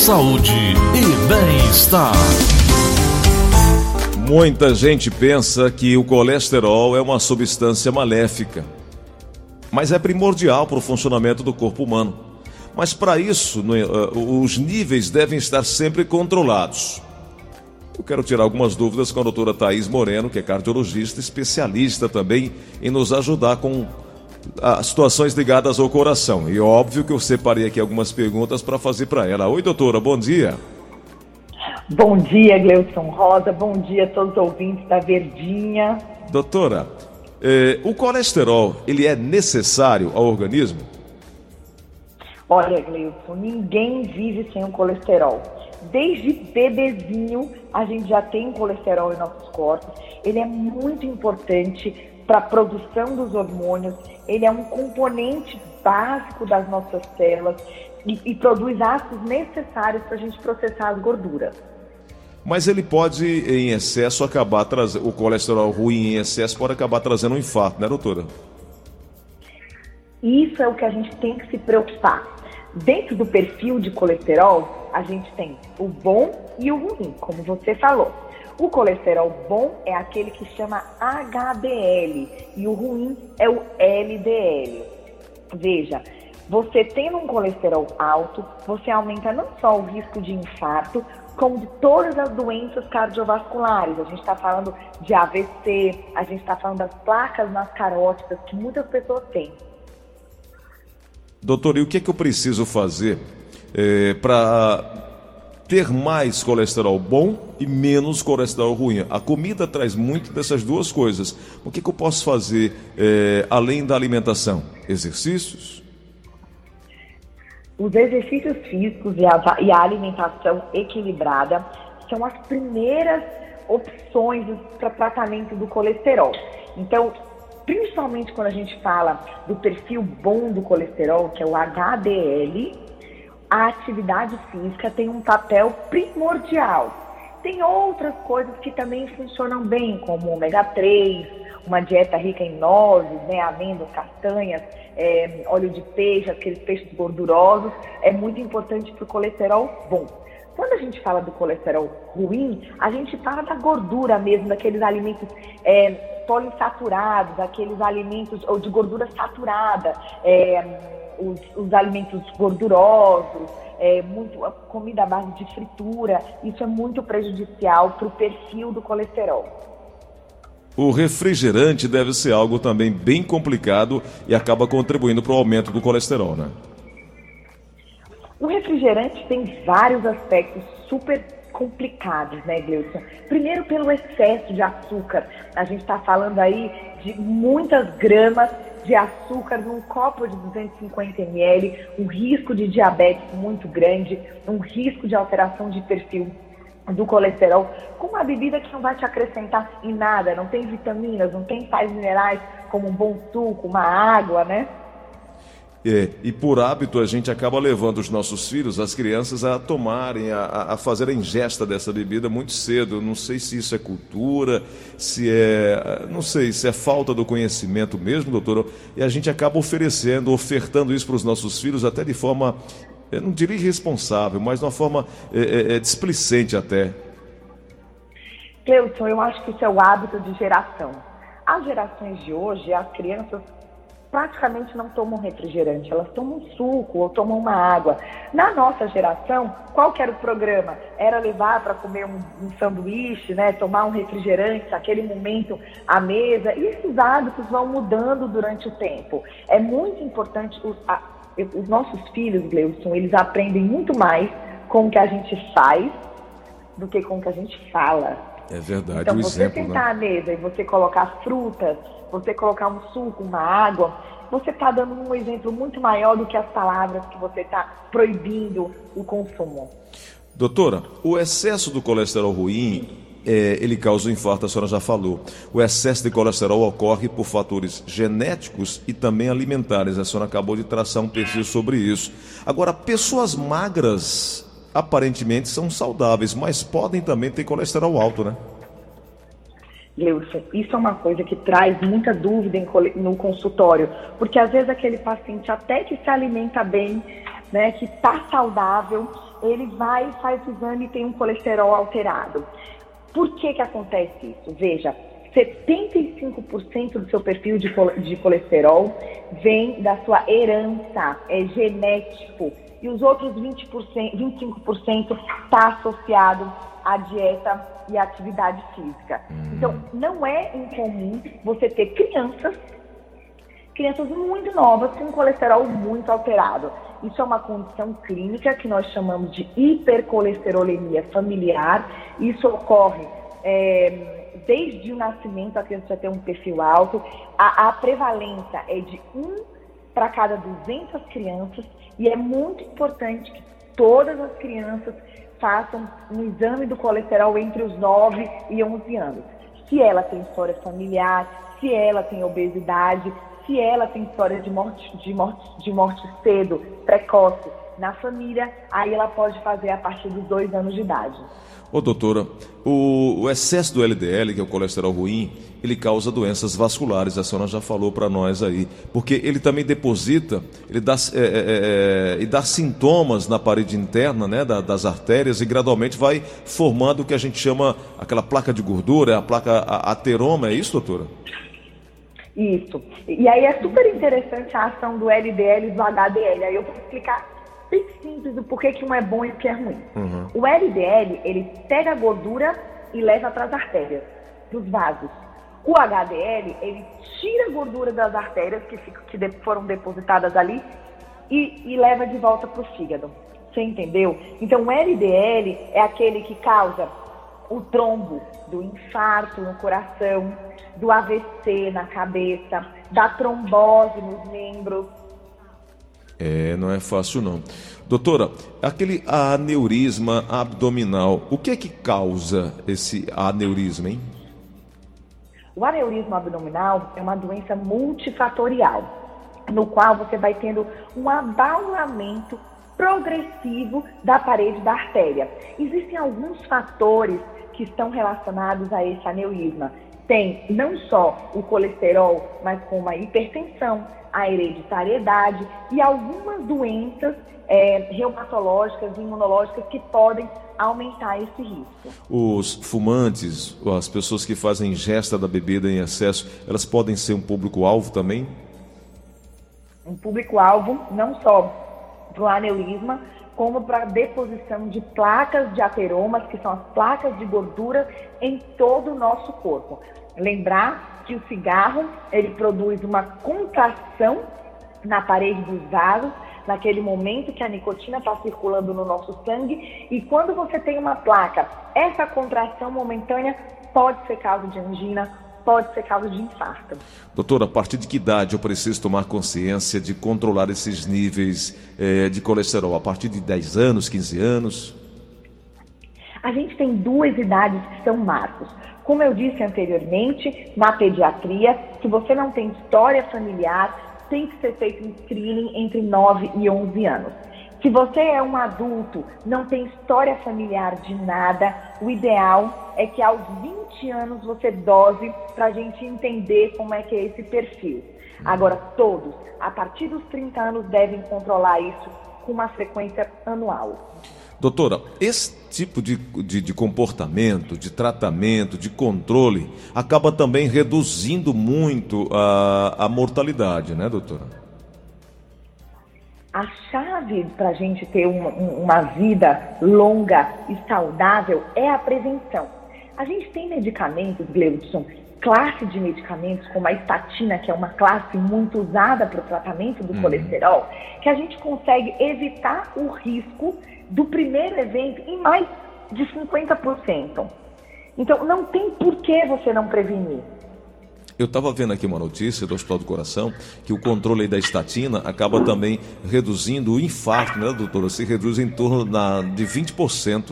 saúde e bem-estar. Muita gente pensa que o colesterol é uma substância maléfica, mas é primordial para o funcionamento do corpo humano. Mas para isso, os níveis devem estar sempre controlados. Eu quero tirar algumas dúvidas com a doutora Thaís Moreno, que é cardiologista, especialista também em nos ajudar com as situações ligadas ao coração. E óbvio que eu separei aqui algumas perguntas para fazer para ela. Oi, doutora, bom dia. Bom dia, Gleudson Rosa. Bom dia a todos os ouvintes da Verdinha. Doutora, o colesterol, ele é necessário ao organismo? Olha, Gleudson, ninguém vive sem o colesterol. Desde bebezinho, a gente já tem colesterol em nossos corpos. Ele é muito importante para a produção dos hormônios. Ele é um componente básico das nossas células e produz ácidos necessários para a gente processar as gorduras. Mas ele pode, em excesso, acabar trazendo... O colesterol ruim em excesso pode acabar trazendo um infarto, né, doutora? Isso é o que a gente tem que se preocupar. Dentro do perfil de colesterol, a gente tem o bom e o ruim, como você falou. O colesterol bom é aquele que chama HDL e o ruim é o LDL. Veja, você tendo um colesterol alto, você aumenta não só o risco de infarto, como de todas as doenças cardiovasculares. A gente está falando de AVC, a gente está falando das placas nas carótidas que muitas pessoas têm. Doutor, e o que é que eu preciso fazer para ter mais colesterol bom e menos colesterol ruim? A comida traz muito dessas duas coisas. O que é que eu posso fazer além da alimentação? Exercícios? Os exercícios físicos e a alimentação equilibrada são as primeiras opções para tratamento do colesterol. Então, principalmente quando a gente fala do perfil bom do colesterol, que é o HDL, a atividade física tem um papel primordial. Tem outras coisas que também funcionam bem, como o ômega 3, uma dieta rica em nozes, amêndoas, castanhas, óleo de peixe, aqueles peixes gordurosos, é muito importante para o colesterol bom. Quando a gente fala do colesterol ruim, a gente fala da gordura mesmo, daqueles alimentos poliinsaturados, aqueles alimentos ou de gordura saturada, os alimentos gordurosos, a comida à base de fritura, isso é muito prejudicial para o perfil do colesterol. O refrigerante deve ser algo também bem complicado e acaba contribuindo para o aumento do colesterol, né? O refrigerante tem vários aspectos super complicados, né, Gleudson? Primeiro, pelo excesso de açúcar. A gente está falando aí de muitas gramas de açúcar num copo de 250 ml, um risco de diabetes muito grande, um risco de alteração de perfil do colesterol, com uma bebida que não vai te acrescentar em nada, não tem vitaminas, não tem sais minerais, como um bom suco, uma água, né? E por hábito a gente acaba levando os nossos filhos, as crianças, a tomarem, a fazer a ingesta dessa bebida muito cedo. Não sei se isso é cultura, não sei se é falta do conhecimento mesmo, doutor. E a gente acaba ofertando isso para os nossos filhos até de forma, eu não diria irresponsável, mas de uma forma displicente até. Cleuton, eu acho que isso é o hábito de geração. As gerações de hoje, as crianças praticamente não tomam refrigerante, elas tomam suco ou tomam uma água. Na nossa geração, qual que era o programa? Era levar para comer um sanduíche, tomar um refrigerante, aquele momento à mesa, e esses hábitos vão mudando durante o tempo. É muito importante, os nossos filhos, Gleudson, eles aprendem muito mais com o que a gente faz do que com o que a gente fala. É verdade, então, o você exemplo, sentar à mesa e você colocar frutas, você colocar um suco, uma água, você está dando um exemplo muito maior do que as palavras que você está proibindo o consumo. Doutora, o excesso do colesterol ruim, ele causa um infarto, a senhora já falou. O excesso de colesterol ocorre por fatores genéticos e também alimentares. A senhora acabou de traçar um perfil sobre isso. Agora, pessoas magras aparentemente são saudáveis, mas podem também ter colesterol alto, né? Gleudson, isso é uma coisa que traz muita dúvida no consultório, porque às vezes aquele paciente até que se alimenta bem, né, que está saudável, ele vai, faz o exame e tem um colesterol alterado. Por que que acontece isso? Veja, 75% do seu perfil de colesterol vem da sua herança, é genético. E os outros 25% está associado à dieta e à atividade física. Então, não é incomum você ter crianças muito novas com colesterol muito alterado. Isso é uma condição clínica que nós chamamos de hipercolesterolemia familiar. Isso ocorre desde o nascimento, a criança já tem um perfil alto. A prevalência é de 1 para cada 200 crianças e é muito importante que todas as crianças façam um exame do colesterol entre os 9 e 11 anos. Se ela tem história familiar, se ela tem obesidade, se ela tem história de morte cedo, precoce na família, aí ela pode fazer a partir dos 2 anos de idade. Ô doutora, o excesso do LDL, que é o colesterol ruim, ele causa doenças vasculares, a senhora já falou para nós aí, porque ele também deposita, ele dá sintomas na parede interna, né, das artérias, e gradualmente vai formando o que a gente chama aquela placa de gordura, a placa ateroma, é isso, doutora? Isso. E aí é super interessante a ação do LDL e do HDL, aí eu vou explicar bem simples o porquê que um é bom e o que é ruim. O LDL, ele pega a gordura e leva para as artérias, para os vasos. O HDL, ele tira a gordura das artérias que foram depositadas ali e leva de volta para o fígado. Você entendeu? Então, o LDL é aquele que causa o trombo do infarto no coração, do AVC na cabeça, da trombose nos membros. Não é fácil não. Doutora, aquele aneurisma abdominal, o que é que causa esse aneurisma, hein? O aneurisma abdominal é uma doença multifatorial, no qual você vai tendo um abaulamento progressivo da parede da artéria. Existem alguns fatores que estão relacionados a esse aneurisma. Tem não só o colesterol, mas como a hipertensão, a hereditariedade e algumas doenças reumatológicas e imunológicas que podem aumentar esse risco. Os fumantes, as pessoas que fazem ingesta da bebida em excesso, elas podem ser um público-alvo também? Um público-alvo não só para o aneurisma, como para a deposição de placas de ateromas, que são as placas de gordura em todo o nosso corpo. Lembrar que o cigarro, ele produz uma contração na parede dos vasos, naquele momento que a nicotina está circulando no nosso sangue, e quando você tem uma placa, essa contração momentânea pode ser causa de angina, pode ser causa de infarto. Doutora, a partir de que idade eu preciso tomar consciência de controlar esses níveis de colesterol? A partir de 10 anos, 15 anos? A gente tem 2 idades que são marcos. Como eu disse anteriormente, na pediatria, se você não tem história familiar, tem que ser feito um screening entre 9 e 11 anos. Se você é um adulto, não tem história familiar de nada, o ideal é que aos 20 anos você dose para a gente entender como é que é esse perfil. Agora, todos, a partir dos 30 anos, devem controlar isso com uma frequência anual. Doutora, esse tipo de comportamento, de tratamento, de controle, acaba também reduzindo muito a mortalidade, né, doutora? A chave para a gente ter uma vida longa e saudável é a prevenção. A gente tem medicamentos, Gleudson, classe de medicamentos como a estatina, que é uma classe muito usada para o tratamento do colesterol, que a gente consegue evitar o risco do primeiro evento em mais de 50%. Então, não tem por que você não prevenir. Eu estava vendo aqui uma notícia do Hospital do Coração que o controle da estatina acaba também reduzindo o infarto, né, doutora? Se reduz em torno de 20%.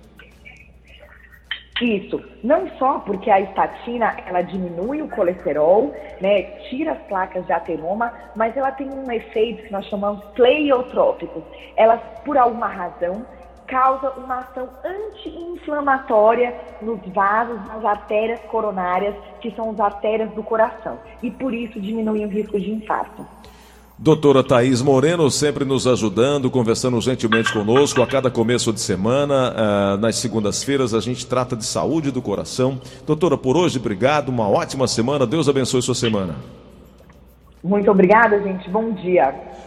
Isso, não só porque a estatina, ela diminui o colesterol, né, tira as placas de ateroma, mas ela tem um efeito que nós chamamos pleiotrópicos. Ela, por alguma razão, causa uma ação anti-inflamatória nos vasos, nas artérias coronárias, que são as artérias do coração, e por isso diminui o risco de infarto. Doutora Thaís Moreno, sempre nos ajudando, conversando gentilmente conosco a cada começo de semana. Nas segundas-feiras a gente trata de saúde do coração. Doutora, por hoje, obrigado, uma ótima semana. Deus abençoe sua semana. Muito obrigada, gente. Bom dia.